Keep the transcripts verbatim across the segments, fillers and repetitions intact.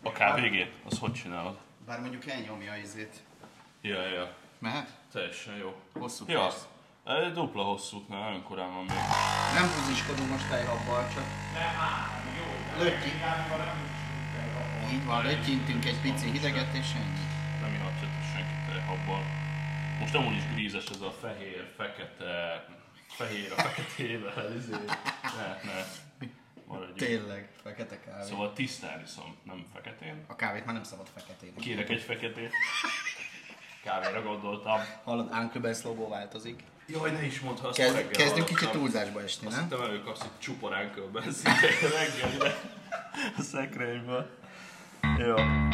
A kávégét? Az hogy csinálod? Bár mondjuk elnyomja a izét. Ja, ja. Mehet? Teljesen jó. Hosszú Ja. perc. Egy dupla hosszút, mert nagyon korán van még. Nem húziskodunk most tejhabbal, csak lötty. Így van, löttyintünk egy pici hideget és ennyi. Nem ihatja senki tejhabbal. Most amúgy is grízes ez a fehér, fekete, fehér a feketével, ezért lehetne maradjunk. Tényleg, fekete kávé. Szóval tisztán iszom, nem feketén. A kávét már nem szabad feketén. Kérek egy feketét. Kávéra gondoltam. Hallod, Uncle szlogó változik. Jaj, ne is mondd, ha azt Kezd, reggel kezdünk kicsit hallottam. túlzásba esni, Azt nem? hittem előkapsz egy csupa Uncle szinte reggelire a szekrényből. Jó.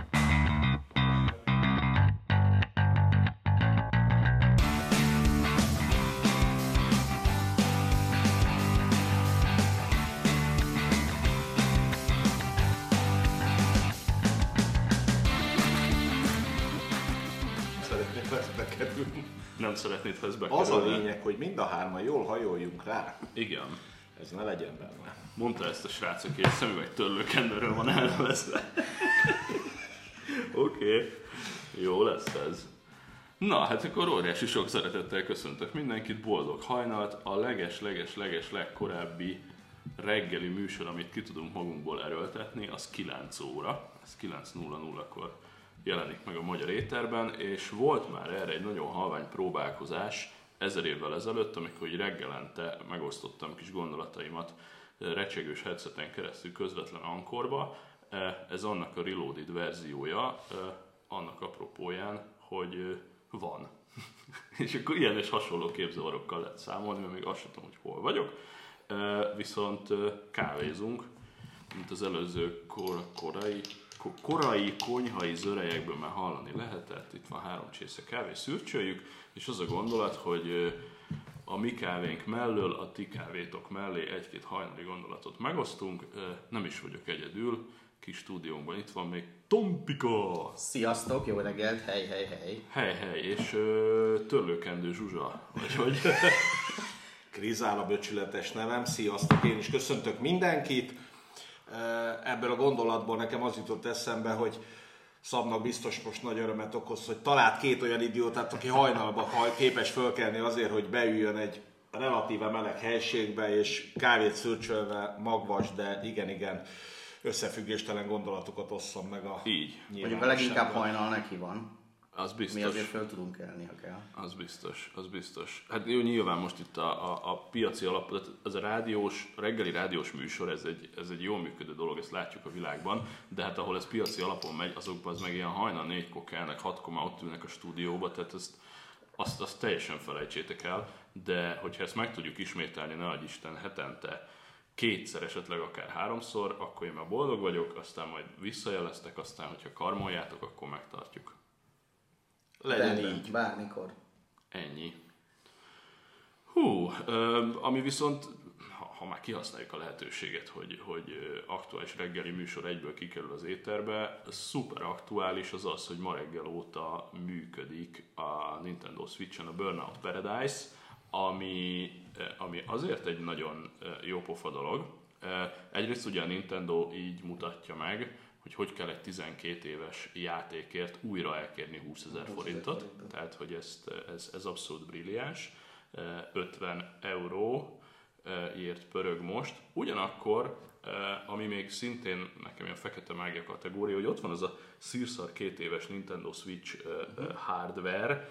Szeretnék veszbe kerülni. Nem szeretnéd veszbe Az a kerülni. lényeg, hogy mind a hárman jól hajoljunk rá. Igen. Ez ne legyen benne. Mondta ezt a srác, aki egy szemüveg törlőkendőről van elnevezve. Oké. Okay. Jó lesz ez. Na, hát akkor óriási sok szeretettel köszöntök mindenkit, boldog hajnalt. A leges-leges-leges legkorábbi reggeli műsor, amit ki tudunk magunkból erőltetni, az kilenc óra. Ez kilenc nulla nulla-kor jelenik meg a magyar éterben, és volt már erre egy nagyon halvány próbálkozás ezer évvel ezelőtt, amikor így reggelente megosztottam kis gondolataimat recsegős headseten keresztül közvetlen Ankorba. Ez annak a reloaded verziója, annak apropóján, hogy van. És akkor ilyen és hasonló képzavarokkal lehet számolni, mert még azt sem tudom, hogy hol vagyok. Viszont kávézunk, mint az előző kor, korai, korai konyhai zörejekből már hallani lehetett. Itt van három csésze kávé, szürcsöljük, és az a gondolat, hogy a mi kávénk mellől, a ti kávétok mellé egy-két hajnali gondolatot megosztunk. Nem is vagyok egyedül, kis stúdiónkban itt van még Tompika! Sziasztok, jó reggelt, hely, hely, hely. Hely, hely, és uh, Törlőkendő Zsuzsa, vagy hogy? Krizál a böcsületes nevem, sziasztok, én is köszöntök mindenkit. Ebből a gondolatból nekem az jutott eszembe, hogy Szabnak biztos most nagy örömet okoz, hogy talált két olyan idiótát, aki hajnalban képes fölkelni azért, hogy beüljön egy relatíve meleg helységbe, és kávét szürcsölve magvas, de igen-igen összefüggéstelen gondolatokat osszon meg a Így. Mondjuk a leginkább hajnal neki van. Az biztos. Mi azért föl tudunk kelni, ha kell. Az biztos, az biztos. Hát jó, nyilván most itt a, a, a piaci alap, ez a rádiós, a reggeli rádiós műsor, ez egy, ez egy jól működő dolog, ezt látjuk a világban, de hát ahol ez piaci alapon megy, azokban az meg ilyen hajnal négykor kelnek, hatkor már ott ülnek a stúdióba, tehát ezt, azt, azt teljesen felejtsétek el, de hogyha ezt meg tudjuk ismételni, ne adj Isten, hetente kétszer, esetleg akár háromszor, akkor én már boldog vagyok, aztán majd visszajeleztek, aztán hogyha karmoljátok, akkor megtartjuk. legyen Rendben, így. bármikor. Ennyi. Hú, ami viszont, ha, ha már kihasználjuk a lehetőséget, hogy, hogy aktuális reggeli műsor egyből kikerül az éterbe, szuper aktuális az az, hogy ma reggel óta működik a Nintendo Switch-en a Burnout Paradise, ami, ami azért egy nagyon jó pofa dolog. Egyrészt ugye a Nintendo így mutatja meg, hogy hogy kell egy tizenkét éves játékért újra elkérni húszezer forintot. Tehát, hogy ezt, ez, ez abszolút brilliáns. ötven euróért pörög most. Ugyanakkor, ami még szintén nekem ilyen fekete mágia kategória, hogy ott van az a szírszar két éves Nintendo Switch hardware,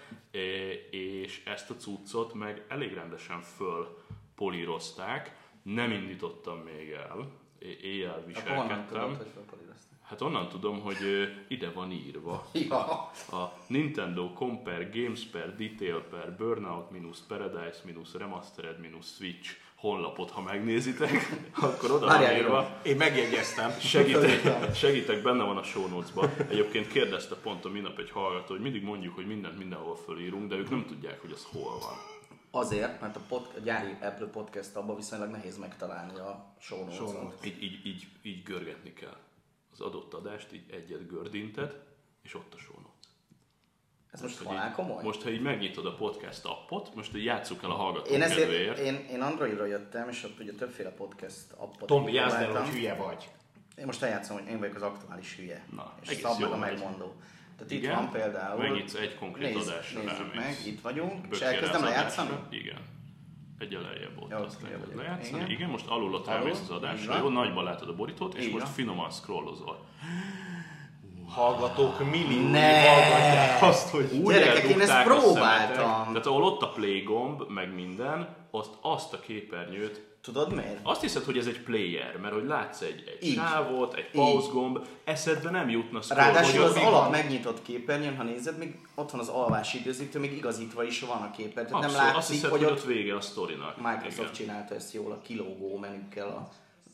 és ezt a cuccot meg elég rendesen fölpolírozták. Nem indítottam még el, éjjel viselkedtem. Hát onnan tudom, hogy ide van írva. Ja. A Nintendo Compare Games per Detail per Burnout minus Paradise minus Remastered minus Switch honlapot, ha megnézitek, akkor oda van írva. Én megjegyeztem. Segítek, segítek, benne van a show notes-ba. Egyébként kérdezte pont a minap egy hallgató, hogy mindig mondjuk, hogy mindent mindenhol fölírunk, de ők nem tudják, hogy ez hol van. Azért, mert a, pod, a gyári Apple Podcast abban viszonylag nehéz megtalálni a show notes-ot. Így, így, így, így görgetni kell. Az adott adást így egyet gördinted, és ott a show notes. Ez most, most halál komoly? Most, ha így megnyitod a podcast appot, most így játsszuk el a hallgatók én ezért, kedvéért. Én, én Androidra jöttem, és ott ugye többféle podcast appot Tombi, játszd el, hogy hülye vagy. Én most eljátszom, hogy én vagyok az aktuális hülye. Na, és Szab meg a megmondó. Tehát itt igen, van például... megnyitsz egy konkrét nézd, adásra, nézzük meg, itt vagyunk, Bökére és elkezdem lejátszani? Igen. Egy lejjebb ott Jó, azt neked lejátszani. Igen. Igen, most alul ott elmész az adásra, jó, nagyban látod a borítót, és Igen. most finoman scrollozol. Hallgatók milliói Ne. hallgatják azt, hogy Úgy Gyerekek, én ezt eldugták a próbáltam. szemetek. Tehát ahol ott a play gomb, meg minden, azt, azt a képernyőt. Tudod miért? Azt hiszed, hogy ez egy player, mert hogy látsz egy, egy Így. sávot, egy pause gomb, eszedbe nem jutna scroll. Ráadásul hogy az mi alap van. megnyitott képernyőn, ha nézed, még ott van az alvási időzítő, még igazítva is van a képernyő. Tehát Abszolút, nem azt látszik, hiszed, hogy hogy ott ott vége a sztorinak. Microsoft Igen. csinálta ezt jól a kilógó menükkel a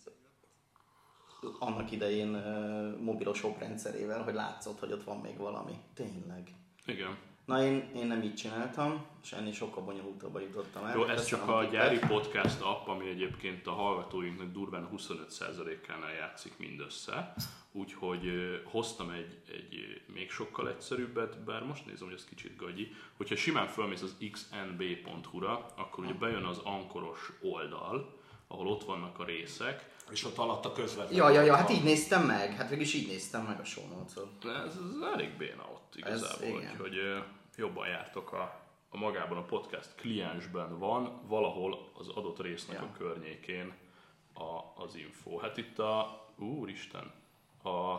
annak idején uh, mobilos oprendszerével, hogy látszott, hogy ott van még valami. Tényleg. Igen. Na én, én nem így csináltam, és ennél sokkal bonyolultabbra jutottam el. Jó, ez Köszönöm csak a tippet. gyári podcast app, ami egyébként a hallgatóinknak durván huszonöt százalékánál játszik mindössze. Úgyhogy ö, hoztam egy, egy még sokkal egyszerűbbet, bár most nézem, hogy ez kicsit gagyi. Hogyha simán fölmész az x n b pont h u-ra, akkor ugye bejön az ankoros oldal, ahol ott vannak a részek. és ott alatt a közvetlenül. Ja, ja, ja, hát így néztem meg. Hát végülis így néztem meg a show notes-ot. Ez, ez elég béna ott igazából, igen. úgyhogy ö, jobban jártok a, a magában a podcast kliensben van, valahol az adott résznek Ja. a környékén a, az info. Hát itt a, úristen, a,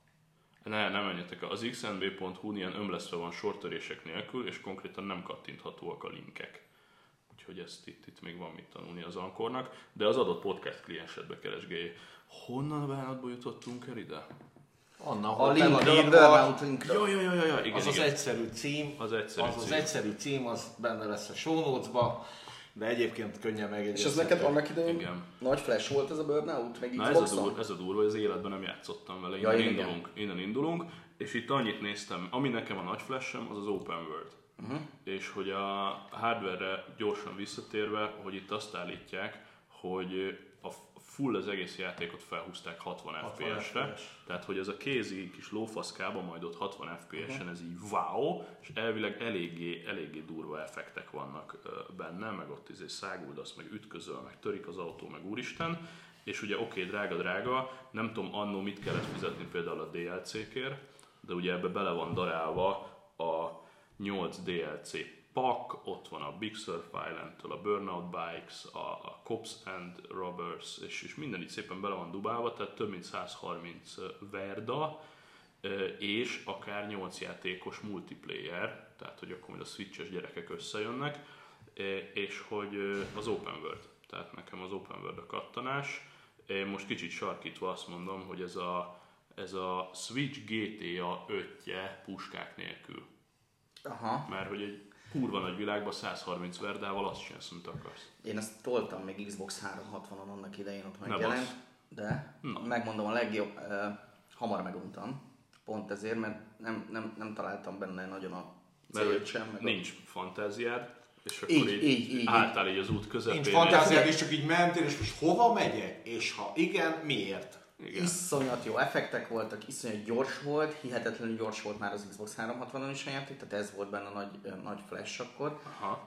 ne, nem menjetek, az x n b pont h u ilyen ömlesztve van sortörések nélkül, és konkrétan nem kattinthatóak a linkek. Úgyhogy ezt itt, itt még van mit tanulni az Ankornak, de az adott podcast kliensedbe keresgélj. Honnan a bánatból jutottunk el ide? Anna, A ahol linkre, a feladírva, Burnout linkre. Ja, ja, ja, ja, ja, igen, az az igen. egyszerű cím, Az egyszerű az, az cím. egyszerű cím, az benne lesz a show notes-ba, de egyébként könnyen megjegyezhető. És ez neked annak idején Igen. nagy flash volt ez a Burnout, meg Na ez a, Xboxon? dur, ez a durva, hogy az életben nem játszottam vele, innen, Ja, igen. indulunk, innen indulunk, és itt annyit néztem, ami nekem a nagy flashem, az az Open World. Uh-huh. És hogy a hardware-re gyorsan visszatérve, hogy itt azt állítják, hogy a full az egész játékot felhúzták hatvan ef pé es-re, tehát hogy ez a kézi kis lófaszkában majd ott hatvan ef pé es-en, ez így wow, és elvileg eléggé, eléggé durva effektek vannak benne, meg ott izé száguldasz, meg ütközöl, meg törik az autó, meg úristen, és ugye oké, okay, drága-drága, nem tudom annó mit kellett fizetni például a dé el cé-kért, de ugye ebbe bele van darálva a nyolc dé el cé pak, ott van a Big Surf Island-től a Burnout Bikes, a, a Cops and Robbers, és, és minden így szépen bele van dubálva, tehát több mint százharminc verda, és akár nyolc játékos multiplayer, tehát hogy akkor majd a switches gyerekek összejönnek, és hogy az Open World, tehát nekem az Open World a kattanás. Én most kicsit sarkítva azt mondom, hogy ez a, ez a Switch gé té á ötje puskák nélkül. Aha. Mert hogy egy kurva nagy világban százharminc verdával azt csinálsz, amit akarsz. Én ezt toltam még Xbox háromszázhatvanon annak idején, ott Ne megjelent. bassz. De Na. megmondom a legjobb, uh, hamar meguntam. Pont ezért, mert nem, nem, nem találtam benne nagyon a Mert célt hogy sem. Meg nincs fantáziád, és akkor Így, így, így, így, álltál így az út közepén. Nincs fantáziád, és csak így mentél, és most hova megyek? És ha igen, miért? Igen. Iszonyat jó effektek voltak, iszonyat gyors volt, hihetetlenül gyors volt már az Xbox háromszázhatvanon is a játék, tehát ez volt benne a nagy, nagy flash akkor. Aha.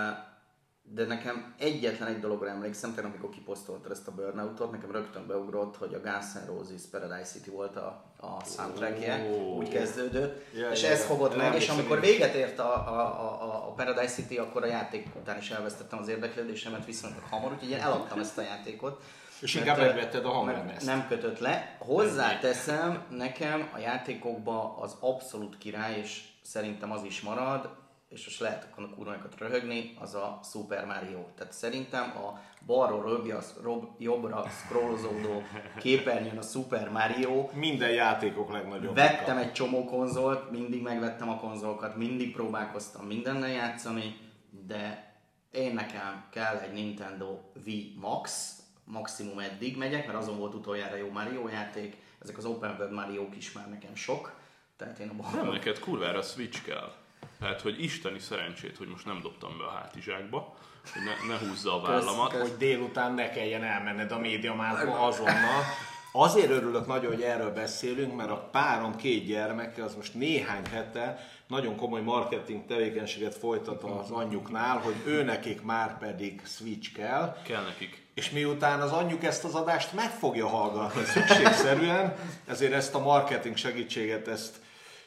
De nekem egyetlen egy dologra emlékszem, tehát amikor kiposztoltad ezt a Burnoutot, nekem rögtön beugrott, hogy a Guns N' Roses Paradise City volt a, a soundtrackje, Oh. úgy kezdődött, Ja, és ja, ez ja. fogott Ja, meg, és emlékszem amikor én is. véget ért a, a, a, a Paradise City, akkor a játék után is elvesztettem az érdeklődésemet viszonylag hamar, úgyhogy én eladtam ezt a játékot. És Mert, inkább eh, megvetted a hanglemezt. Nem kötött le. Hozzáteszem, nekem a játékokban az abszolút király, és szerintem az is marad, és most lehet akkor a kurvákat röhögni, az a Super Mario. Tehát szerintem a balról jobbra, rob, jobbra scrollozódó képernyőn a Super Mario. Minden játékok legnagyobb. Vettem egy csomó konzolt, mindig megvettem a konzolokat, mindig próbálkoztam mindennel játszani, de én nekem kell egy Nintendo Wii Max, maximum eddig megyek, mert azon volt utoljára jó Mario játék, ezek az Open World Mariók is már nekem sok, tehát én a Nem, balról... neked kurvára Switch kell. Tehát, hogy isteni szerencsét, hogy most nem dobtam be a hátizsákba, hogy ne, ne húzza a vállamat. Kösz, kösz. Hogy délután ne kelljen elmenned a MediaMarktba azonnal, Azért örülök nagyon, hogy erről beszélünk, mert a párom két gyermeke, az most néhány hete nagyon komoly marketing tevékenységet folytat az anyjuknál, hogy ő nekik már pedig Switch kell. Kell nekik. És miután az anyjuk ezt az adást meg fogja hallgatni szükségszerűen, ezért ezt a marketing segítséget, ezt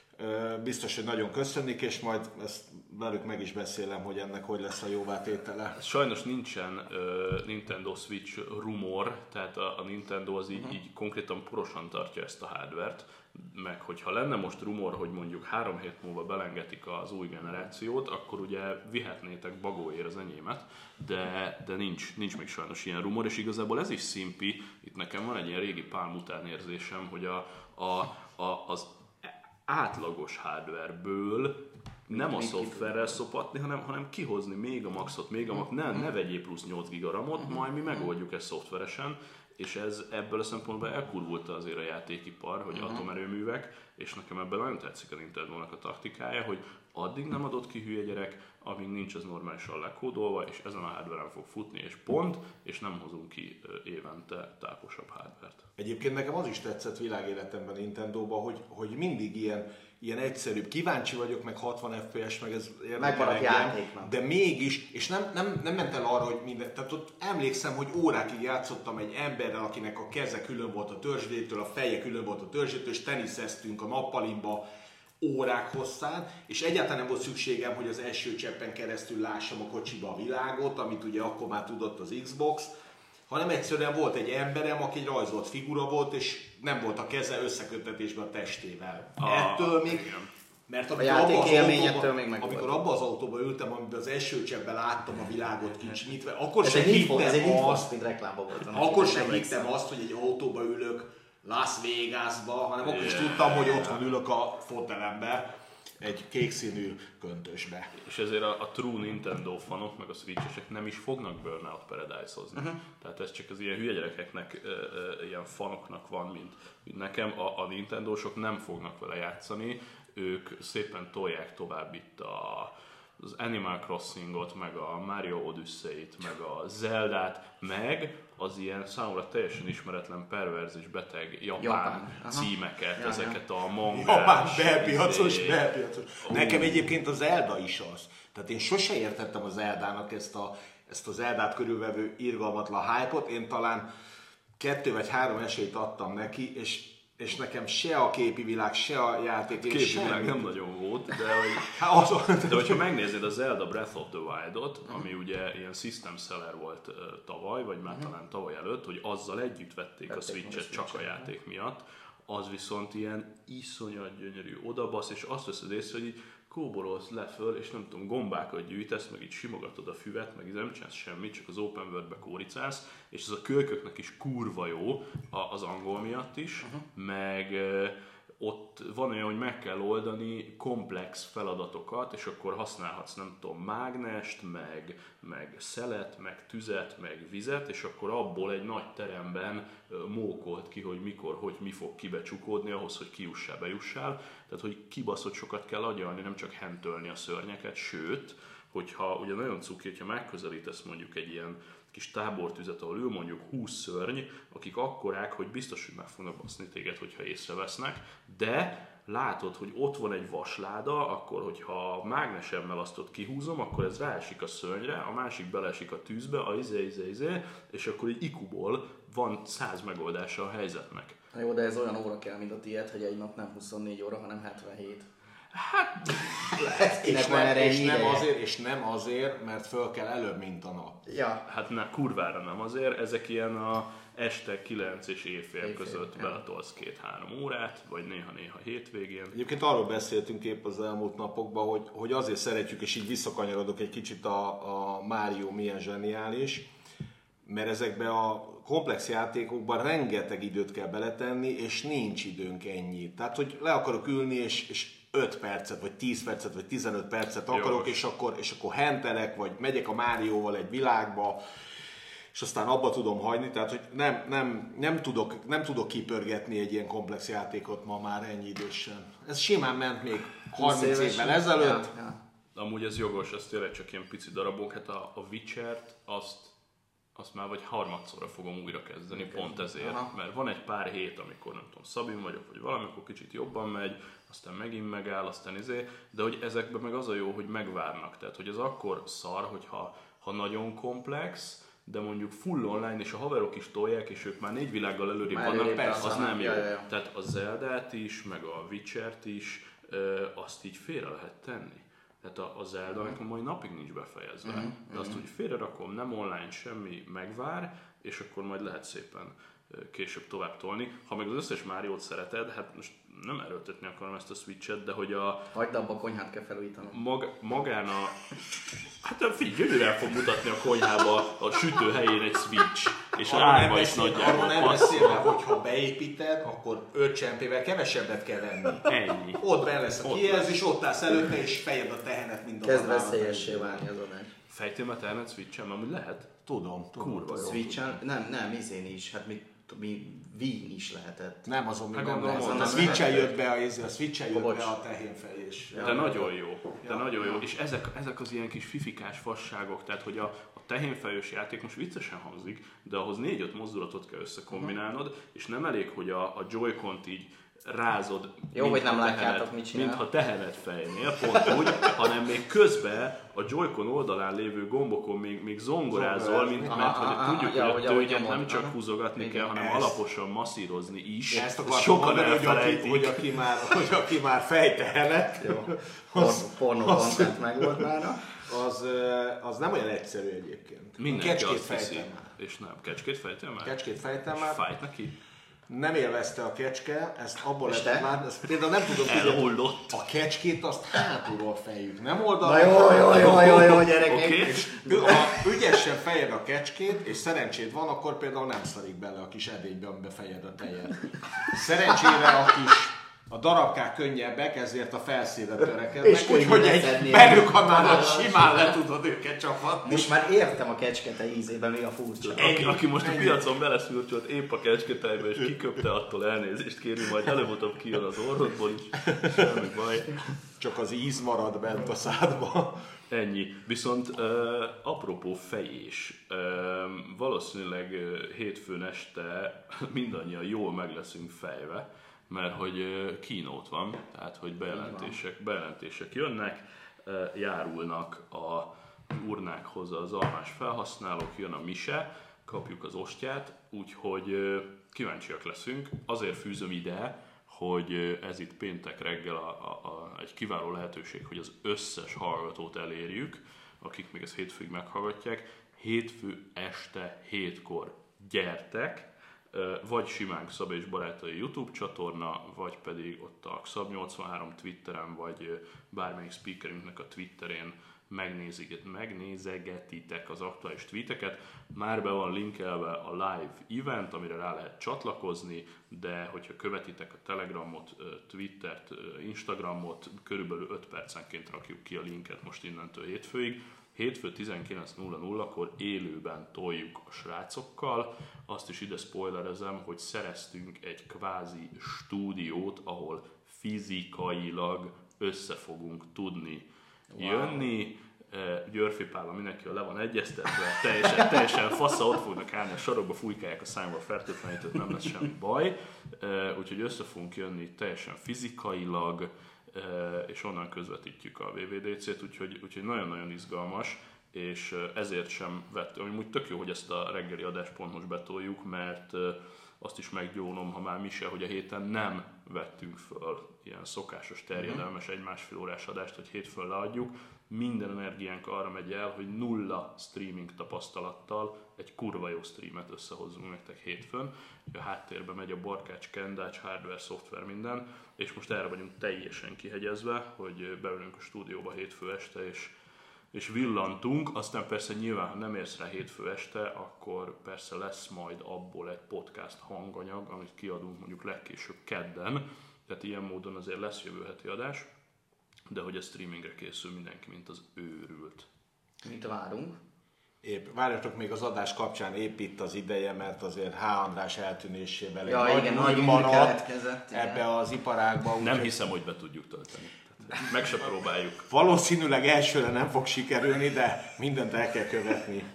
biztos, hogy nagyon köszönjük, és majd ezt velük meg is beszélem, hogy ennek hogy lesz a jóvátétele. Sajnos nincsen uh, Nintendo Switch rumor, tehát a, a Nintendo az így, uh-huh. így konkrétan porosan tartja ezt a hardvert, meg hogyha lenne most rumor, hogy mondjuk három hét múlva belengetik az új generációt, akkor ugye vihetnétek bagóért az enyémet, de, de nincs, nincs még sajnos ilyen rumor, és igazából ez is szimpi, itt nekem van egy ilyen régi pálm után érzésem, hogy a, a, a, az átlagos hardwareből nem a szoftverrel szopatni, hanem, hanem kihozni még a maxot, még a max, ne, ne vegyél plusz nyolc gigaramot, majd mi megoldjuk ezt szoftveresen, és ez ebből a szempontból elkurvulta azért a játékipar, hogy uh-huh. atomerőművek, és nekem ebben nagyon tetszik a Nintendo-nak a taktikája, hogy addig nem adott ki hülye gyerek, amíg nincs az normálisan lekódolva, és ezen a hardware-en fog futni, és pont, és nem hozunk ki évente táposabb hardware-t. Egyébként nekem az is tetszett világéletemben Nintendo-ban, hogy, hogy mindig ilyen, ilyen egyszerűbb. Kíváncsi vagyok, meg hatvan ef pé es, meg ez érdekel engem, de mégis, és nem, nem, nem ment el arra, hogy minden, tehát ott emlékszem, hogy órákig játszottam egy emberrel, akinek a keze külön volt a törzsdétől, a feje külön volt a törzsdétől, és teniszeztünk a nappalimba órák hosszán, és egyáltalán nem volt szükségem, hogy az első cseppen keresztül lássam a kocsiba a világot, amit ugye akkor már tudott az Xbox, hanem egyszerűen volt egy emberem, aki egy rajzolt figura volt, és nem volt a keze összeköttetésben a testével. Ah, Ettől még, igen. mert a amikor, abba az, autóba, még meg amikor abba az autóba ültem, amiben az első cseppben láttam a világot kicsinyítve, akkor ez sem egy hittem ez egy azt, mint reklámban volt. akkor sem hittem azt, hogy egy autóba ülök Las Vegasba, hanem akkor is tudtam, hogy otthon ülök a fotelembe, egy kékszínű köntösbe. És ezért a, a true Nintendo fanok, meg a Switch-esek nem is fognak Burnout Paradise-ozni. Uh-huh. Tehát ez csak az ilyen hülye gyerekeknek, ö, ö, ilyen fanoknak van, mint, mint nekem. A, a Nintendo-sok nem fognak vele játszani, ők szépen tolják tovább itt a, az Animal Crossingot, meg a Mario Odyssey-t, meg a Zeldát, meg az ilyen számomra teljesen ismeretlen, perverz és beteg japán, japán. címeket, ja, ezeket a mangás... Japán belpiacos, izé... belpiacos. Oh. Nekem egyébként az Zelda is az. Tehát én sose értettem az Zeldának ezt, a, ezt az Zeldát körülvevő irgalmatlan hype-ot. Én talán kettő vagy három esélyt adtam neki, és és nekem se a képi világ, se a játék, képi világ nem nagyon volt, de, hogy, de hogyha megnézed a Zelda Breath of the Wild-ot, ami ugye ilyen system seller volt uh, tavaly, vagy már uh-huh. talán tavaly előtt, hogy azzal együtt vették Vették a Switch-et csak a játék miatt, az viszont ilyen iszonyat gyönyörű odabasz, és azt veszed észre, hogy így kóborolsz le föl, és nem tudom, gombákat gyűjtesz, meg így simogatod a füvet, meg így nem csinálsz semmit, csak az open world-be kóricálsz, és ez a kölyköknek is kurva jó az angol miatt is, uh-huh. meg ott van olyan, hogy meg kell oldani komplex feladatokat, és akkor használhatsz, nem tudom, mágnest, meg, meg szelet, meg tüzet, meg vizet, és akkor abból egy nagy teremben mókolt ki, hogy mikor, hogy mi fog kibecsukódni ahhoz, hogy kijussál, bejussál. Tehát, hogy kibaszott sokat kell agyalni, nem csak hentölni a szörnyeket, sőt, hogyha ugye nagyon cuki, hogyha megközelítesz mondjuk egy ilyen kis tábortüzet, ahol ül mondjuk húsz szörny, akik akkorák, hogy biztos, hogy meg fognak baszni téged, hogyha észrevesznek, de látod, hogy ott van egy vasláda, akkor hogyha mágnesemmel azt ott kihúzom, akkor ez ráesik a szörnyre, a másik beleesik a tűzbe, a izé, izé, izé, és akkor egy ikuból van száz megoldása a helyzetnek. Na jó, de ez olyan óra kell, mint a tiéd, hogy egy nap nem huszonnégy óra, hanem hetvenhét. Hát, lehet, és, nem, és, nem azért, és nem azért, mert föl kell előbb, mint a nap. Ja. Hát ne, kurvára nem azért, ezek ilyen a este kilenc és éjfél, éjfél között ja. beletolsz két-három órát, vagy néha-néha hétvégén. Egyébként arról beszéltünk épp az elmúlt napokban, hogy, hogy azért szeretjük, és így visszakanyarodok egy kicsit a, a Mario milyen zseniális, mert ezekben a komplex játékokban rengeteg időt kell beletenni, és nincs időnk ennyi. Tehát, hogy le akarok ülni, és, és öt percet, vagy tíz percet, vagy tizenöt percet akarok, és akkor, és akkor hentelek, vagy megyek a Márióval egy világba, és aztán abba tudom hagyni, tehát hogy nem, nem, nem, tudok, nem tudok kipörgetni egy ilyen komplex játékot ma már ennyi idősen. Ez simán ment még harminc évvel ezelőtt. Ja, ja. Amúgy ez jogos, ez tényleg csak ilyen pici darabok, hát a, a Witcher-t azt azt már vagy harmadszorra fogom újra kezdeni, okay. Pont ezért, Aha. mert van egy pár hét, amikor nem tudom, szabin vagyok, vagy valamikor kicsit jobban megy, aztán megint megáll, aztán izé, de hogy ezekben meg az a jó, hogy megvárnak, tehát hogy az akkor szar, hogyha ha nagyon komplex, de mondjuk full online, és a haverok is tolják, és ők már négy világgal előrébb vannak, persze, az nem jó. Ja, ja, ja. Tehát a Zeldát is, meg a Witchert is, ö, azt így félre lehet tenni. Tehát a, a Zelda nekem mai napig nincs befejezve. Uh-huh, de azt, hogy félre rakom, nem online, semmi, megvár, és akkor majd lehet szépen később tovább tolni. Ha meg az összes Máriót szereted, hát most nem erőltetni akarom ezt a Switchet, de hogy a... Hagyd abba, a konyhát kell felújítanom. Mag, magán a... Hát figyelj, gyönyörűen fog mutatni a konyhába a sütő helyén egy Switch. És a árba is nagyjából. Arról nem beszélve, hogy ha beépíted, akkor öt csempével kevesebbet kell venni. Ennyi. Ott benne lesz a kijelzés, ott állsz előtte, és fejed a tehenet, mint a Kezd veszélyessé válni az adás. Fejtél már tehenet Switchen, amúgy lehet? Tudom, tudom. Kurva jó. Switchen? Nem, nem, izén is. Hát mi, mi Wii-n is lehetett. Nem, azon még nem lehet. A Switchen jött be a, a, Switchen jött be a tehénfejés. De nagyon jó. De ja. nagyon jó. És ezek, ezek az ilyen kis fifikás fasságok, tehát hogy a, a tehénfejős játék most viccesen hangzik, de ahhoz négy-öt mozdulatot kell összekombinálnod, uh-huh. és nem elég, hogy a, a Joy-Cont így rázod, jó, hogy nem látjátok, mit csinál. Mintha tehenet fejnél, pont úgy, hanem még közben a Joy-Con oldalán lévő gombokon még, még zongorázol, mint, mert aha, hogy aha, tudjuk, aha, hogy a tölgyet nem csak aha. húzogatni igen, kell, hanem ezt. Alaposan masszírozni is. Ezt akartam mondani, hogy aki, hogy, aki már, hogy aki már fejtehenet, pornó-content meg volt már. Az, az nem olyan egyszerű egyébként. Mindenki azt hiszi, és nem. Kecskét fejtem már? Kecskét fejtem már. Fájt neki? Nem élvezte a kecske, ezt abból lett már, ezt például nem tudom, hogy a kecskét azt hátulról fejük, nem oldalról. Na jó, jó, jó, jó, jó, gyerekek. Okay. Ha ügyesen fejed a kecskét, és szerencséd van, akkor például nem szarik bele a kis edénybe, amiben fejed a tejet. Szerencsére a kis a darabkák könnyebbek, ezért a felszínre törekednek, úgyhogy egy belülkanállal simán le tudod őket csapatni. Most már értem a kecskete ízében, mi a furcsa. Aki, aki most a piacon beleszűrcsölt épp a kecsketejbe, és kiköpte, attól elnézést kérni, majd előbb-utóbb kijön az orrodból is. Semmi baj. Csak az íz marad bent a szádba. Ennyi. Viszont uh, apropó fejés, uh, valószínűleg uh, hétfőn este mindannyian jól meg leszünk fejve, mert hogy keynote van, tehát hogy bejelentések, bejelentések jönnek, járulnak a urnákhoz az almás felhasználók, jön a mise, kapjuk az ostját, úgyhogy kíváncsiak leszünk. Azért fűzöm ide, hogy ez itt péntek reggel a, a, a, egy kiváló lehetőség, hogy az összes hallgatót elérjük, akik még ezt hétfőig meghallgatják. Hétfő este hétkor gyertek, vagy simánk Szabé és Barátai YouTube csatorna, vagy pedig ott a Xab nyolcvanhárom Twitteren, vagy bármelyik speakerünknek a Twitterén megnézegetitek az aktuális tweeteket. Már be van linkelve a live event, amire rá lehet csatlakozni, de hogyha követitek a Telegramot, Twittert, Instagramot, körülbelül öt percenként rakjuk ki a linket most innentől hétfőig. Hétfő tizenkilenc nulla nullakor élőben toljuk a srácokkal. Azt is ide spoilerezem, hogy szereztünk egy kvázi stúdiót, ahol fizikailag össze fogunk tudni jönni. Wow. Györfi Pállal mindenkivel le van egyeztetve, teljesen, teljesen fassa, ott fognak állni a sarokba, fújkálják a számba a fertőtlenítőt, nem lesz semmi baj. Úgyhogy össze fogunk jönni teljesen fizikailag, és onnan közvetítjük a vé vé dé cét, úgyhogy, úgyhogy nagyon-nagyon izgalmas, és ezért sem vettem, amúgy tök jó, hogy ezt a reggeli adást pont most betoljuk, mert azt is meggyónom, ha már mi se, hogy a héten nem vettünk föl ilyen szokásos, terjedelmes egy-másfél órás adást, hogy hétfőn leadjuk. Minden energiánk arra megy el, hogy nulla streaming tapasztalattal egy kurva jó streamet összehozzunk nektek hétfőn. A háttérben megy a barkács, kendács, hardware, szoftver, minden, és most erre vagyunk teljesen kihegyezve, hogy beülünk a stúdióba hétfő este, és, és villantunk. Aztán persze nyilván, ha nem érsz rá hétfő este, akkor persze lesz majd abból egy podcast hanganyag, amit kiadunk mondjuk legkésőbb kedden, tehát ilyen módon azért lesz jövő heti adás, de hogy a streamingre készül mindenki, mint az őrült. Mit várunk? Épp, várjatok még az adás kapcsán, épp itt az ideje, mert azért H. András eltűnésével ja, egy igen, nagy maradt ebbe az iparágba. Nem úgy, hiszem, hogy be tudjuk tölteni. Meg se próbáljuk. Valószínűleg elsőre nem fog sikerülni, de mindent el kell követni.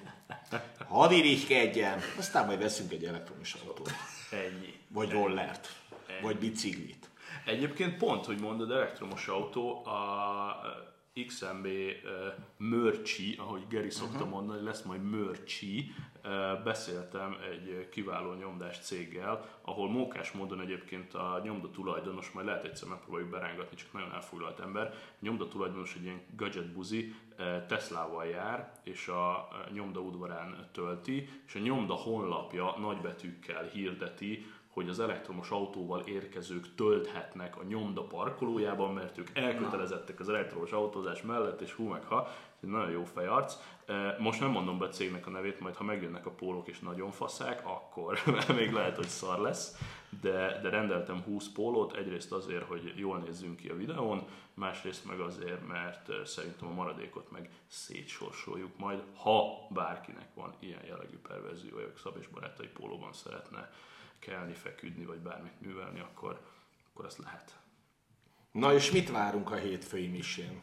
hadd irigykedjen, aztán majd veszünk egy elektromos autót. Ennyi. Vagy rollert. Ennyi. Vagy biciklit. Egyébként pont, hogy mondod, elektromos autó, a iksz em bé uh, mörcsi, ahogy Geri szokta uh-huh. mondani, lesz majd mörcsi. Uh, beszéltem egy kiváló nyomdás céggel, ahol mókás módon egyébként a nyomda tulajdonos, majd lehet egyszer megpróbáljuk berángatni, csak nagyon elfoglalt ember, a nyomda tulajdonos egy ilyen gadget buzi, uh, Teslával jár, és a nyomda udvarán tölti, és a nyomda honlapja nagybetűkkel hirdeti, hogy az elektromos autóval érkezők tölthetnek a nyomda parkolójában, mert ők elkötelezettek az elektromos autózás mellett, és hú meg ha, egy nagyon jó fejarc. Most nem mondom be a cégnek a nevét, majd ha megjönnek a pólók és nagyon faszák, akkor még lehet, hogy szar lesz, de, de rendeltem húsz pólót, egyrészt azért, hogy jól nézzünk ki a videón, másrészt meg azért, mert szerintem a maradékot meg szétsorsoljuk majd, ha bárkinek van ilyen jellegű perverziója, hogy Szab és barátai pólóban szeretne kelni, feküdni, vagy bármit művelni, akkor, akkor ezt lehet. Na és mit várunk a hétfői misén?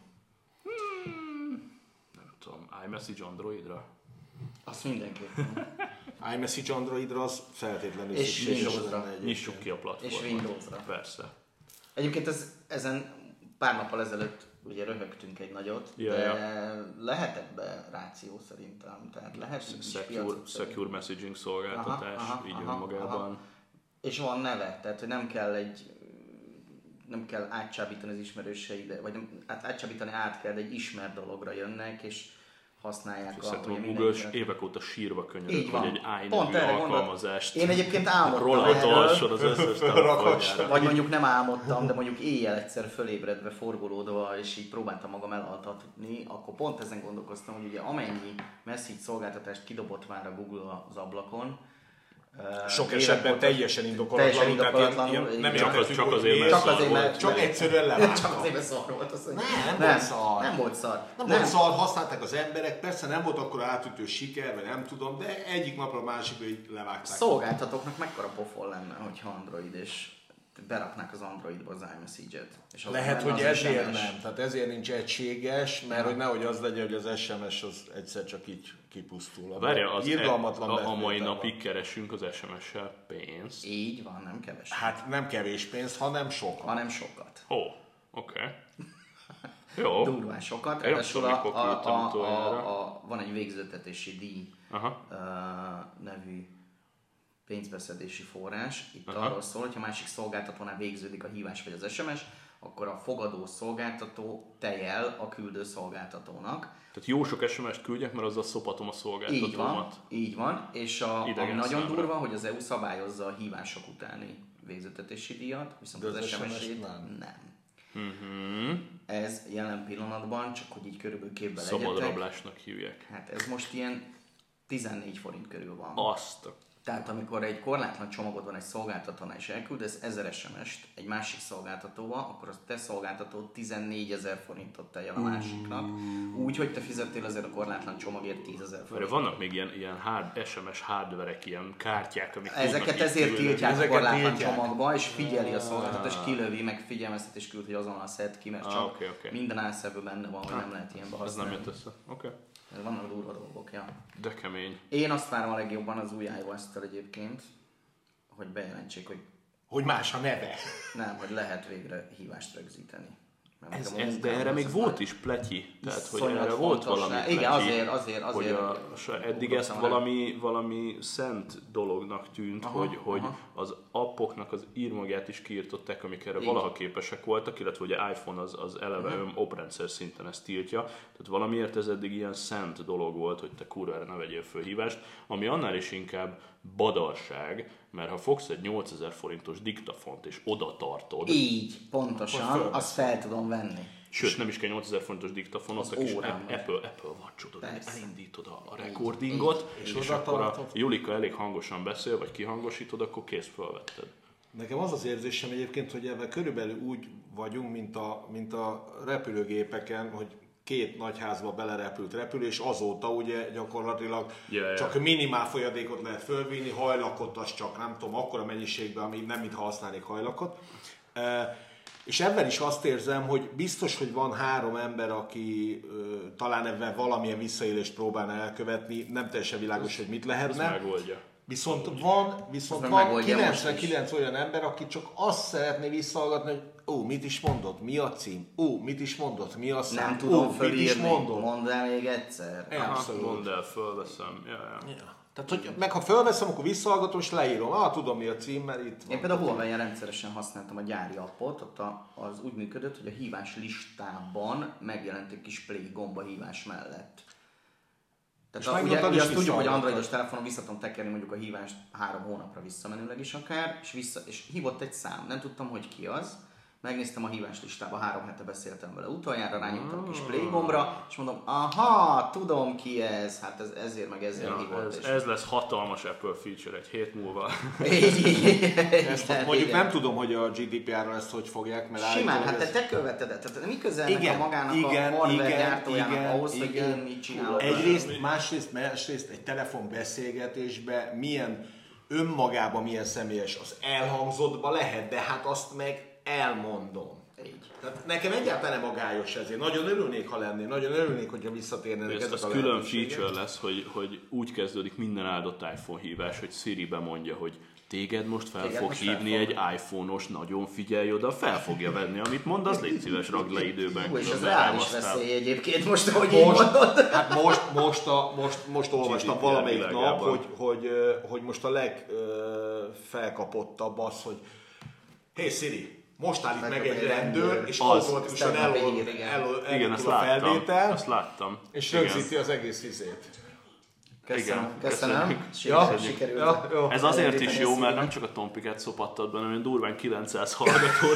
Hmm, nem tudom, iMessage Androidra? Azt mindenképpen. iMessage Androidra az feltétlenül és szükséges. Windowsra. Nyissuk ki a platformot. És Windowsra. Persze. Egyébként ez, ezen pár nappal ezelőtt ugye röhögtünk egy nagyot, ja, de ja. lehet ebbe ráció szerintem. Tehát lehet Secure, secure messaging szolgáltatás, aha, aha, így aha, önmagában. Aha. És van neve, tehát hogy nem kell egy nem kell átcsábítani az ismerőseid, vagy nem, át, átcsábítani át kell, de egy ismert dologra jönnek, és használják. Szerintem a, a Google évek óta sírva könyörök, hogy egy iNavy alkalmazást én egyébként álmodtam rollatolhasson az összes telefonjára. Vagy mondjuk nem álmodtam, de mondjuk éjjel egyszer fölébredve, forgolódva, és így próbáltam magam elaltatni, akkor pont ezen gondolkoztam, hogy ugye amennyi message szolgáltatást kidobott már a Google az ablakon, sok esetben teljesen indokolatlanul, indokolatlanul nem csak, az, csak azért, mert csak azért, mert csak egyszerűen levágta. Csak azért, mert szar volt az, hogy nem, nem, nem volt szar. Nem volt szar. Nem, nem volt szar, használták az emberek, persze nem volt akkor átütő siker, vagy nem tudom, de egyik napra a másikra így levágták. Szolgáltatóknak mekkora pofon lenne, hogyha Android és beraknák az Androidba az iMessage-et. És lehet, hogy ezért nem, tehát ezért nincs egységes, mert hogy nehogy az legyen, hogy az es em es az egyszer csak így kipusztul. Várja, az irgalmatlan e, a, a mai napig keresünk az es em es-sel pénzt. Így van, nem kevés. Hát nem kevés pénzt, hanem sokat. Hanem sokat. Ó, oh, oké. Okay. Jó. Durván sokat. Ráadásul a, a, a, a, a, van egy végzőtetési díj uh, nevű pénzbeszedési forrás. Itt aha. arról szól, hogy ha másik szolgáltatónál végződik a hívás vagy az es em es, akkor a fogadó szolgáltató tejel a küldő szolgáltatónak. Tehát jó sok es em es-t küldjek, mert azzal szopatom a szolgáltatómat. Így van, így van. És a, ami nagyon durva, hogy az é u szabályozza a hívások utáni végzőtetési díjat, viszont az, az es em es-ét nem. nem. Uh-huh. Ez jelen pillanatban, csak hogy így körülbelül képbe legyetek. Szabadrablásnak hívják. Hát ez most ilyen tizennégy forint körül van. Azt a... Tehát amikor egy korlátlan csomagod van egy szolgáltatónál és elküldesz ezer es em es-t egy másik szolgáltatóval, akkor az te szolgáltató tizennégyezer forintot teljel a másiknak. Úgy, hogy te fizettél azért a korlátlan csomagért tízezer forintot. Vannak még ilyen, ilyen hard, es em es hardverek, ilyen kártyák, amik ezeket ezért tiltják a korlátlan csomagba, és figyeli a szolgáltató, és kilövi, meg figyelmeztet és küld, hogy azonnal szedd ki, mert csak ah, okay, okay. minden álszerből benne van, hogy nem lehet ilyenbe használni. Ez nem jött össze. Oké. Okay. Vannak durva dolgok, ja. De kemény. Én azt várom a legjobban az új iOS-től egyébként, hogy bejelentsék, hogy... Hogy más a neve. Nem, hogy lehet végre hívást rögzíteni. Ez, ez, de erre még volt is pletyi, tehát hogy erre volt valami pletyi. Igen, azért, azért, azért. Hogy a, eddig ezt valami, valami szent dolognak tűnt, aha, hogy, hogy az appoknak az írmagját is kiírtották, amik erre így valaha képesek voltak, illetve ugye iPhone az, az eleve ön oprendszer szinten ezt tiltja. Tehát valamiért ez eddig ilyen szent dolog volt, hogy te kurvára ne vegyél föl hívást, ami annál is inkább badalság, mert ha fogsz egy nyolcezer forintos diktafont és oda tartod... Így, pontosan, azt fel tudom venni. Sőt, nem is kell nyolcezer forintos diktafonot, és Apple, Apple Watch-odod, elindítod a, a recordingot, és, és akkor a Julika elég hangosan beszél, vagy kihangosítod, akkor kész, felvetted. Nekem az az érzésem egyébként, hogy ebben körülbelül úgy vagyunk, mint a, mint a repülőgépeken, hogy két nagy házba belerepült repülő, és azóta ugye gyakorlatilag yeah, csak yeah. minimál folyadékot lehet fölvinni, hajlakot az csak nem tudom, akkora mennyiségben, ami nem mintha használnék hajlakot. És ebben is azt érzem, hogy biztos, hogy van három ember, aki ö, talán ebben valamilyen visszaélést próbálna elkövetni, nem teljesen világos, hogy mit lehetne. Ez megoldja. Viszont van, viszont van kilencvenkilenc olyan ember, aki csak azt szeretné visszahallgatni, hogy ó, mit is mondott, mi a cím, ó, mit is mondott, mi a szám, nem tudom ó, fölírni, mondd el még egyszer. Aha, mondd el, fölveszem. Ja, ja. Ja. Tehát, hogy meg ha fölveszem, akkor visszahallgatom és leírom. Ah, tudom mi a cím, mert itt van. Én például a Huawei-en rendszeresen használtam a gyári appot, ott a, az úgy működött, hogy a hívás listában megjelent egy kis play gomb a hívás mellett. Tehát a, ugye, ugye azt tudjuk, hogy androidos telefonon vissza tudom tekerni mondjuk a hívást három hónapra visszamenőleg is akár, és, vissza, és hívott egy szám, nem tudtam, hogy ki az. Megnéztem a hívás listába, három hete beszéltem vele utoljára, rányomtam a kis play gombra, és mondom, aha, tudom ki ez, hát ez, ezért meg ezért ja, hívott. Ez, ez lesz hatalmas Apple feature egy hét múlva. Ezt mondjuk igen. Nem tudom, hogy a gé dé pé er-ral ezt hogy fogják, mert simán, hát te, te követed, tehát mi közel igen, a magának igen, a hardware gyártójának ahhoz, igen, hogy én mit csinálok. Egyrészt, másrészt, másrészt egy telefonbeszélgetésben milyen önmagában milyen személyes az elhangzottba lehet, de hát azt meg elmondom. Így. Tehát nekem egyáltalán nem agályos ezért. Nagyon örülnék, ha lennék. Nagyon örülnék, hogyha visszatérnének ezek ez a külön feature lesz, hogy, hogy úgy kezdődik minden áldott iPhone hívás, hogy Siri bemondja, hogy téged most fel téged fog most hívni egy iPhone-os, nagyon figyelj oda, fel fogja venni, amit mondasz, légy szíves, ragd le időben. Hú, és ez reális veszély egyébként most, ahogy így mondod. Hát most, most, a, most, most olvastam valamelyik nap, hogy, hogy, hogy most a legfelkapottabb az, hogy hé hey Siri, most állít meg, meg egy rendőr, és automatikusan elindul a felvétel, azt láttam. És rögzíti az egész izét. Köszönöm, köszönöm. Ja, sikerült. Ja, jó. Ez azért is jó, mert nem csak a Tompiket szopattad benne, hanem durván kilencszáz hallgatót.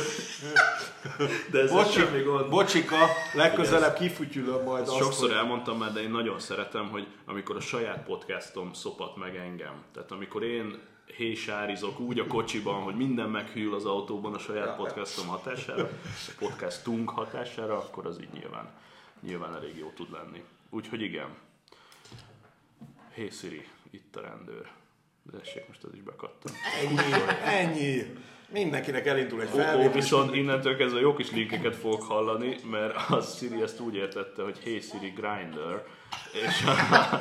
De ez Bocsi, semmi gond. Bocsika, legközelebb kifütyülöm majd azt, sokszor hogy... elmondtam már, de én nagyon szeretem, hogy amikor a saját podcastom szopat meg engem. Tehát amikor én hésárizok úgy a kocsiban, hogy minden meghűl az autóban a saját ja, podcastom hatására, a podcastunk hatására, akkor az így nyilván, nyilván elég jó tud lenni. Úgyhogy igen. Hé hey Siri, itt a rendőr. De essék, most ez is bekattam. Ennyi, ennyi. Mindenkinek elindul egy felvétel. Ó, viszont innentől kezdve jó kis linkeket fogok hallani, mert a Siri ezt úgy értette, hogy Hey Siri Grindr, és a,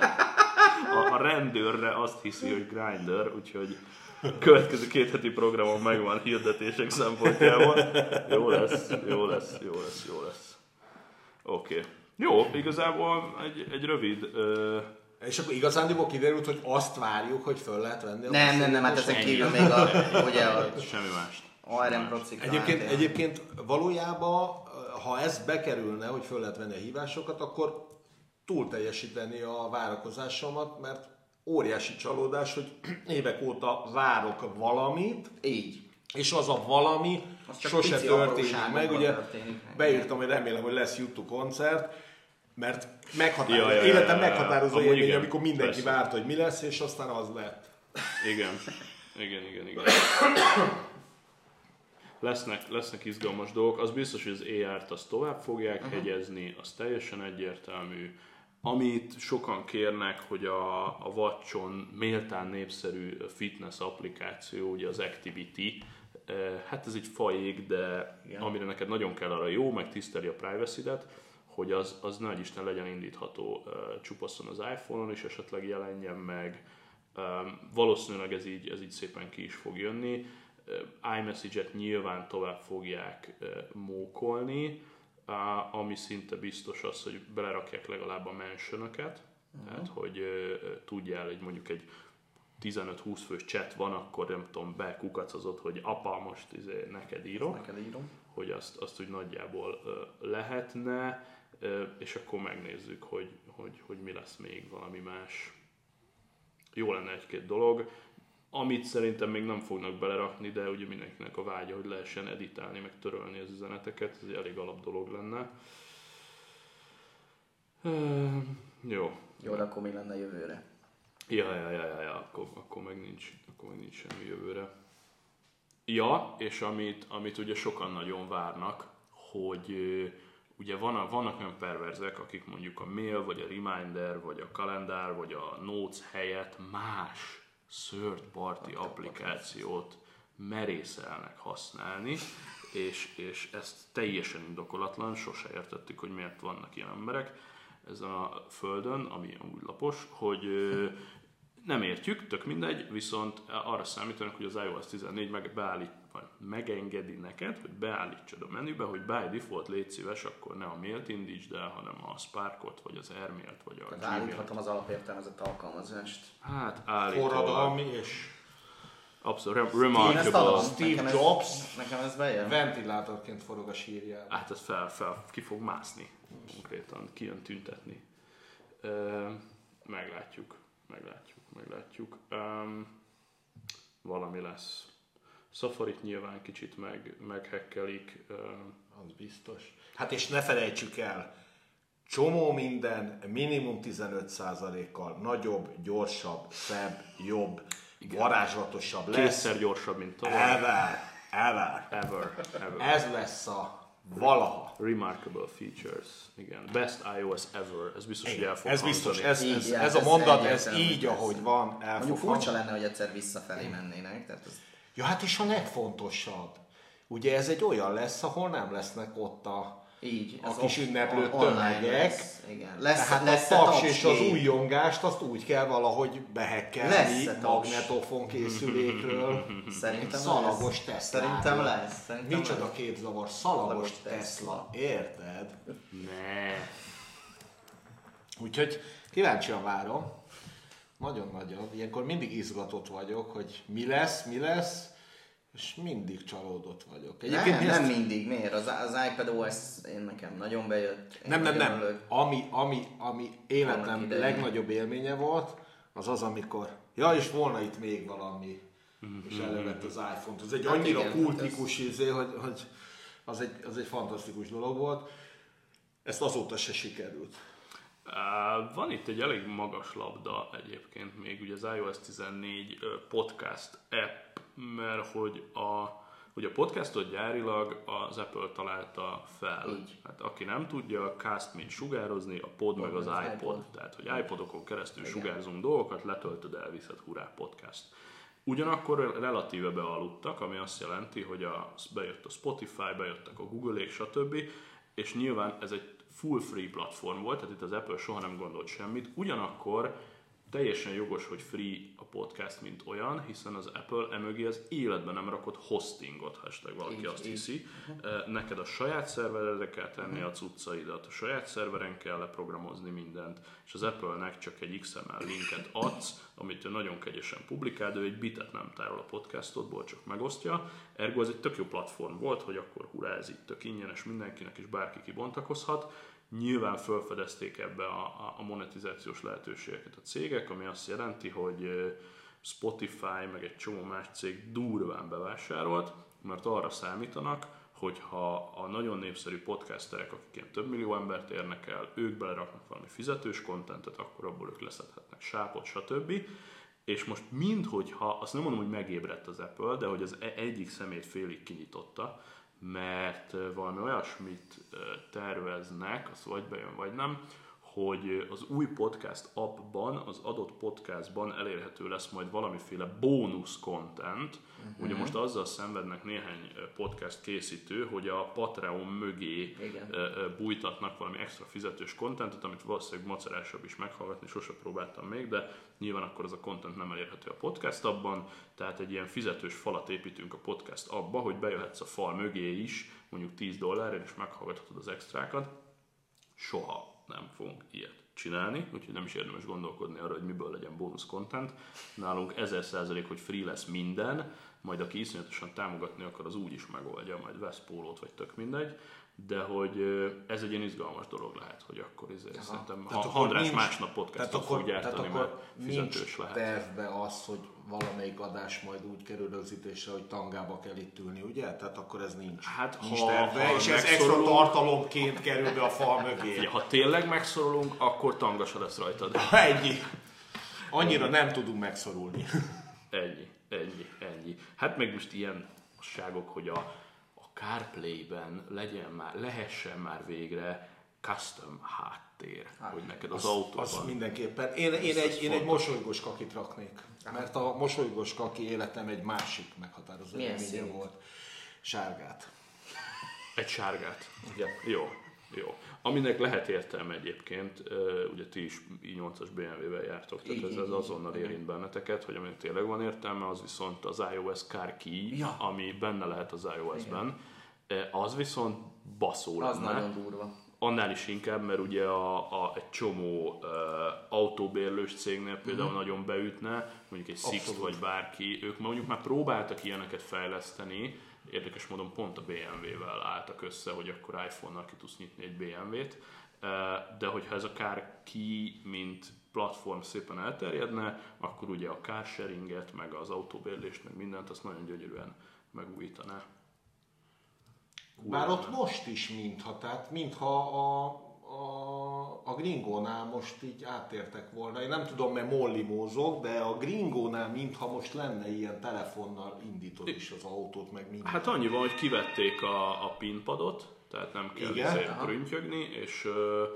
a, a rendőrre azt hiszi, hogy Grindr, úgyhogy következő két heti programon megvan hirdetések szempontjából. Jó lesz, jó lesz, jó lesz, jó lesz. Oké. Okay. Jó, igazából egy, egy rövid... Uh, És akkor igazándiból kiderült, hogy azt várjuk, hogy föl lehet venni a Nem, nem, nem, hát ezen kívül még a... Ugye a semmi mást. á er em procik. Egyébként, egyébként valójában, ha ez bekerülne, hogy föl lehet venni a hívásokat, akkor túl teljesíteni a várakozásomat, mert óriási csalódás, hogy évek óta várok valamit, így. És az a valami sose történik meg. Ugye történik meg. Beírtam, hogy remélem, hogy lesz YouTube koncert, mert meghatározó, ja, ja, életem ja, ja, meghatározó ja, élmény, amikor mindenki persze. Várta, hogy mi lesz, és aztán az lett. Igen, igen, igen, igen. Lesznek, lesznek izgalmas dolgok. Az biztos, hogy az á er-t azt tovább fogják uh-huh. hegyezni, az teljesen egyértelmű. Amit sokan kérnek, hogy a, a Watch-on méltán népszerű fitness applikáció, ugye az Activity, hát ez egy faég, de igen. Amire neked nagyon kell arra jó, meg tiszteli a privacy-det, hogy az, az nagy Isten legyen indítható uh, csupaszon az iPhone-on, és esetleg jelenjen meg. Um, valószínűleg ez így, ez így szépen ki is fog jönni. Uh, iMessage-et nyilván tovább fogják uh, mókolni, uh, ami szinte biztos az, hogy belerakják legalább a mentionöket, uh-huh. Tehát hogy uh, tudjál, egy mondjuk egy tizenöt-húsz fős chat van, akkor nem tudom, bekukacozod, hogy apa, most izé, neked írom, neked írom, hogy azt, azt úgy nagyjából uh, lehetne, uh, és akkor megnézzük, hogy, hogy, hogy mi lesz még valami más. Jó lenne egy-két dolog, amit szerintem még nem fognak belerakni, de ugye mindenkinek a vágya, hogy lehessen editálni, meg törölni az üzeneteket, ez egy elég alap dolog lenne. Uh, jó. Jó, de akkor mi lenne jövőre? Ja, ja, ja, ja, ja. Akkor, akkor, meg nincs, akkor meg nincs semmi jövőre. Ja, és amit, amit ugye sokan nagyon várnak, hogy ugye van, vannak olyan perverzek, akik mondjuk a mail, vagy a reminder, vagy a kalendár, vagy a notes helyett más third party applikációt merészelnek használni, és, és ez teljesen indokolatlan, sose értettük, hogy miért vannak ilyen emberek ezen a földön, ami amúgy lapos, hogy nem értjük, tök mindegy, viszont arra számítanak, hogy az iOS tizennégy meg beállít, vagy megengedi neked, hogy beállítsad a menübe, hogy by default légy szíves, akkor ne a mailt indítsd el, hanem a Sparkot, vagy az Airmailt, vagy a Gmail-t. Állíthatom az alapértelmezett alkalmazást. Hát állítólag. Forradalmi és... Abszolút, remarkable. Steve nekem Jobs ez, nekem ez bejön. ventilátorként forog a sírjában. Hát ez fel, fel, ki fog mászni. Konkrétan kijön tüntetni. Uh, meglátjuk, meglátjuk, meglátjuk. Um, valami lesz. Safarit nyilván kicsit meg, meghekkelik. Uh, Az biztos. Hát és ne felejtsük el, csomó minden minimum tizenöt százalékkal nagyobb, gyorsabb, szebb, jobb, igen, varázslatosabb lesz. Kétszer gyorsabb, mint tavaly. Ever, ever. Ever, ever. Ez lesz a valaha. Remarkable features. Igen. Best iOS ever. Ez biztos, Igen. hogy el fog Ez biztos, ez, Így, ez, ja, ez a ez mondat, ez egyértelmű, így, persze. ahogy van, el Mondjuk fog furcsa hangzni. lenne, hogy egyszer visszafelé mennének. Tehát ez... Ja, hát és a legfontosabb. Ugye ez egy olyan lesz, ahol nem lesznek ott a, Így, a ez kis off- ünneplő online tömegek. lesz, igen. Lesz, Tehát lesz a taps taps és az game. újjongást azt úgy kell valahogy behekkelni Lesz-e taps? magnetofon készülékről. Szerintem Szalagos lesz. Tesla. Szerintem lesz. Szerintem Micsoda lesz. képzavar, szalagos Szalagos Tesla. Tesla. Érted? Ne. Úgyhogy kíváncsian várom. Nagyon-nagyon. Ilyenkor mindig izgatott vagyok, hogy mi lesz, mi lesz, és mindig csalódott vagyok. Nem, mi nem ezt- mindig. Miért? Az, az iPadOS én nekem nagyon bejött. Én Nem, nem, nagyon nem. örülök. Ami, ami, ami Annak életem idején. legnagyobb élménye volt, az az, amikor, ja, és volna itt még valami, és elővett az iPhone-t. Ez egy Hát annyira igen, kultikus izé, hogy, hogy az, egy, az egy fantasztikus dolog volt. Ezt azóta se sikerült. Uh, van itt egy elég magas labda egyébként még, ugye az iOS tizennégy uh, podcast app, mert hogy a, ugye a podcastot gyárilag az Apple találta fel. Így. Hát aki nem tudja, a cast mint sugározni, a pod meg az, az iPod. iPod. Tehát, hogy iPodokon keresztül Igen. sugárzunk dolgokat, letöltöd, elviszed, hurrá, podcast. Ugyanakkor relatíve bealudtak, ami azt jelenti, hogy a, bejött a Spotify, bejöttek a Google-ék, stb. És nyilván ez egy full free platform volt, tehát itt az Apple soha nem gondolt semmit. Ugyanakkor teljesen jogos, hogy free a podcast, mint olyan, hiszen az Apple emögé az életben nem rakott hostingot, hashtag valaki Így, azt így. hiszi. Neked a saját szerveredre kell tenni a cuccaidat, a saját szerveren kell leprogramozni mindent, és az Apple-nek csak egy iksz em el linket adsz, amit ő nagyon kegyesen publikál, de ő egy bitet nem tárol a podcastodból, csak megosztja. Ergo ez egy tök jó platform volt, hogy akkor hurrá, ez itt tök ingyenes mindenkinek, és bárki kibontakozhat. Nyilván felfedezték ebbe a, a, a monetizációs lehetőségeket a cégek, ami azt jelenti, hogy Spotify meg egy csomó más cég durván bevásárolt, mert arra számítanak, hogy ha a nagyon népszerű podcasterek, akik ilyen több millió embert érnek el, ők beleraknak valami fizetős kontentet, akkor abból ők leszedhetnek sápot, stb. És most mindhogyha, azt nem mondom, hogy megébredt az Apple, de hogy az egyik szemét félig kinyitotta, mert valami olyasmit terveznek, az vagy bejön, vagy nem, hogy az új podcast appban, az adott podcastban elérhető lesz majd valamiféle bónusz content. Uh-huh. Ugye most azzal szenvednek néhány podcast készítő, hogy a Patreon mögé Igen. bújtatnak valami extra fizetős contentet, amit valószínűleg macerásabb is meghallgatni, sose próbáltam még, de nyilván akkor az a content nem elérhető a podcast appban, tehát egy ilyen fizetős falat építünk a podcast appba, hogy bejöhetsz a fal mögé is, mondjuk tíz dollárért, és meghallgathatod az extrákat. Soha nem fogunk ilyet csinálni, úgyhogy nem is érdemes gondolkodni arra, hogy miből legyen bónusz content. Nálunk ezer százalék, hogy free lesz minden, majd aki iszonyatosan támogatni akar, az úgy is megoldja, majd vesz pólót, vagy tök mindegy, de hogy ez egy ilyen izgalmas dolog lehet, hogy akkor ezért szerintem, ha András nincs, másnap podcastot fog gyártani, mert fizetős lehet. Tervbe az, hogy valamelyik adás majd úgy kerül rögzítésre, hogy tangába kell itt ülni, ugye? Tehát akkor ez nincs. Hát nincs ha, tervbe, ha és ez extra tartalomként kerül be a fal mögé. Ja, ha tényleg megszorulunk, akkor tangasa lesz rajtad. Ennyi. Annyira nem tudunk megszorulni. Ennyi, ennyi, ennyi. Hát meg most ilyen ságok, hogy a, a CarPlay-ben legyen már, lehessen már végre custom háttér, hát, hogy neked az, az autóban... Az mindenképpen. Én, én, egy, én egy mosolygós kakit raknék, mert a mosolygós kaki életem egy másik meghatározó élménye volt. Sárgát. Egy sárgát. Igen. Jó, jó. Aminek lehet értelme egyébként, ugye ti is i nyolcas bé em vé-vel jártok, tehát ez, ez azonnal érint benneteket, hogy aminek tényleg van értelme, az viszont az iOS Car Key, ja. ami benne lehet az iOS-ben, az viszont baszó lenne. Az nagyon durva. Annál is inkább, mert ugye a, a, egy csomó uh, autóbérlős cégnél például uh-huh. nagyon beütne, mondjuk egy Sixt vagy bárki, ők mondjuk már próbáltak ilyeneket fejleszteni, érdekes módon pont a bé em vé-vel álltak össze, hogy akkor iPhone-nal ki tudsz nyitni egy bé em vét, uh, de hogyha ez a Car Key, mint platform szépen elterjedne, akkor ugye a carsharinget, meg az autóbérlést, meg mindent, azt nagyon gyönyörűen megújítaná. Bár ott most is mintha, tehát mintha a, a, a Gringónál most így átértek volna. Én nem tudom, mert mollimózok, de a Gringónál mintha most lenne ilyen telefonnal indítod is az autót, meg minden. Hát annyi van, hogy kivették a, a pinpadot, tehát nem kell ezért prüntjögni, és,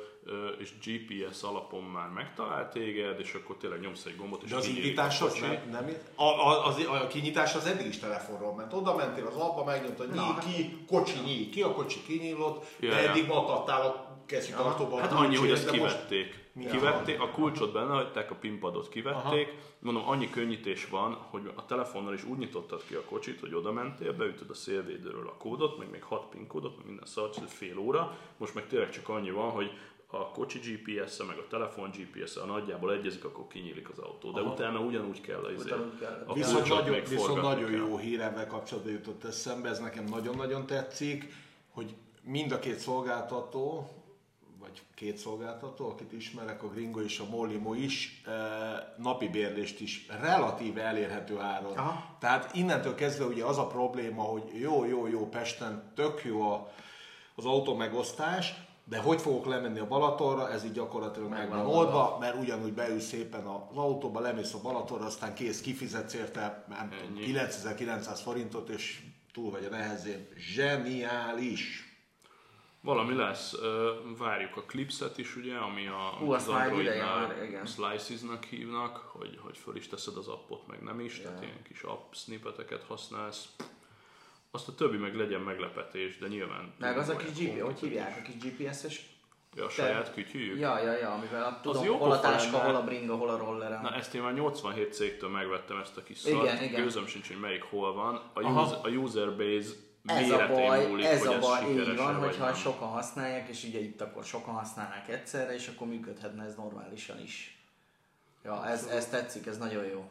és gé pé es alapon már megtalált téged, és akkor tényleg nyomsz egy gombot, és de az indítás az nem, nem a, a, az, a kinyitás az eddig is telefonról ment. Oda mentél az abba, megnyomtad, nyíj ki, kocsi nyíj ki, a kocsi kinyílott, ja, de eddig ja. matadtál a kezitartóban. Hát annyi, hogy ezt kivették. Most... Kivették, a kulcsot benne hagyták, a pinpadot kivették. Aha. Mondom, annyi könnyítés van, hogy a telefonnal is úgy nyitottad ki a kocsit, hogy oda mentél, beütöd a szélvédőről a kódot, meg még hat PIN kódot, meg minden szart, fél óra. Most meg tényleg csak annyi van, hogy a kocsi gé pé es-e, meg a telefon gé pé es-e nagyjából egyezik, akkor kinyílik az autó. De aha. utána ugyanúgy kell a, izé, a viszont nagyon, viszont nagyon jó hír ebben kapcsolatban jutott eszembe, ez nekem nagyon-nagyon tetszik, hogy mind a két szolgáltató, vagy két szolgáltató, akit ismerek, a Gringo és a Mollimo is, napi bérlést is relatíve elérhető áron. Aha. Tehát innentől kezdve ugye az a probléma, hogy jó, jó, jó, Pesten tök jó a, az autó megosztás, de hogy fogok lemenni a Balatonra, ez így gyakorlatilag meg van oldva, mert ugyanúgy beülsz szépen az autóba, lemész a Balatonra, aztán kész, kifizetsz érte, nem tudom, kilencezer-kilencszáz forintot, és túl vagy a nehezén. Zseniális! Valami lesz, várjuk a Clipset is, ugye, ami a, Hú, az Androidnál Slices-nak hívnak, hogy, hogy föl is teszed az appot, meg nem is, yeah. Tehát ilyen kis app snippeteket használsz. Azt a többi meg legyen meglepetés, de nyilván... Meg az a kis gé pé, hogy hívják, a kis gé pé es-es? Ja, a saját kütyűjük? Ja, ja, ja, amivel a, tudom, hol a táska, hol a bringa, hol a rollerem. Na ezt én már nyolcvanhét cégtől megvettem ezt a kis szart, gőzöm sincs, hogy melyik hol van. A, user, a user base ez a baj, múlik, ez a ez baj, így van, hogyha nem. sokan használják, és ugye itt akkor sokan használnák egyszerre, és akkor működhetne ez normálisan is. Ja, ez, ez tetszik, ez nagyon jó.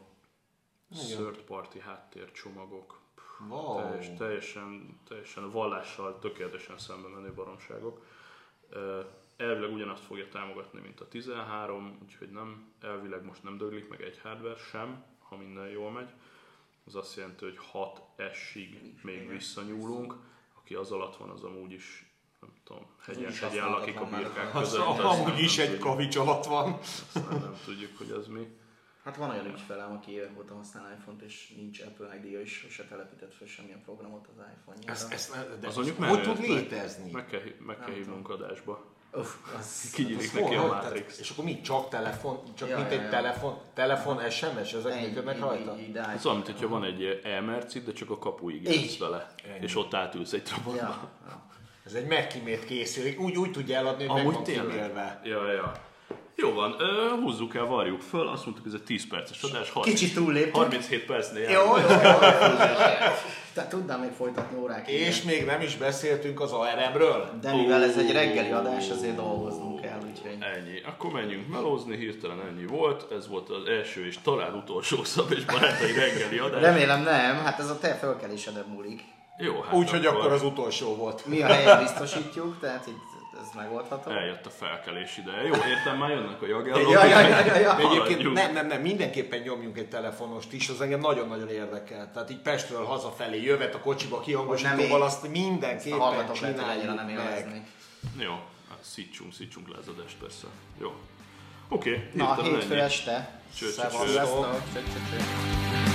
Third party háttércsomagok. Wow. Teljes, teljesen, teljesen a vallással tökéletesen szembe menő baromságok. Elvileg ugyanazt fogja támogatni, mint a tizenhárom, úgyhogy nem, elvileg most nem döglik meg egy hardware sem, ha minden jól megy. Az azt jelenti, hogy hat S-ig még visszanyúlunk. Aki az alatt van, az amúgy is, nem tudom, hegyen, hegyen lakik a birkák között. Amúgy is egy kavics alatt van. Aztán nem tudjuk, hogy az mi. Hát van olyan ügyfelem, aki évek óta használ iPhone-t, és nincs Apple-nek díja, és se telepített fel semmilyen programot az iPhone-jára. Ez, ez, de az mondjuk hogy tud létezni? Meg kell, meg kell hívnunk adásba. Uff, az... Kinyílik neki a Matrix. És akkor mi? Csak telefon? Csak ja, mint ja, egy ja. telefon? Telefon es em es? Ezek működnek rajta? Ez olyan, mint hogyha van egy e-mercid, de csak a kapuig érsz vele. Ennyi. És ott átülsz egy trabantba. Ja, ja. Ez egy megkímélt készül. Úgy, úgy tudja eladni, hogy meg van kímélve. Ja, ja. Jó van, uh, húzzuk el, varjuk föl, azt mondtuk, ez egy tíz perces adás, kicsit túlléptünk. harminchét percnél jó, jó, jó. Tehát tudnám még folytatni órákig. És még nem is beszéltünk az á er em-ről. De mivel ez egy reggeli adás, azért dolgoznunk kell, úgyhogy... Ennyi. Akkor menjünk melózni, hirtelen ennyi volt. Ez volt az első és talán utolsó Szab és Barátai reggeli adás. Remélem nem, hát ez a te fölkeléseden múlik. Jó, hát úgyhogy akkor... akkor az utolsó volt. Mi a helyet biztosítjuk, tehát itt ez megoldható. Eljött a felkelés ideje. Jó, értem, már jönnek a jagellók. Ja, ja, ja, ja, ja. De egyébként nem, nem, nem, mindenképpen nyomjunk egy telefonost is, az engem nagyon-nagyon érdekel. Tehát így Pestről hazafelé jövet a kocsiba kihangosítóval, azt mindenképpen csináljuk nem meg. Jó, szítsunk, szítsunk le az adást persze. Jó. Oké, okay, na, hétfő este. Cső, cső, cső.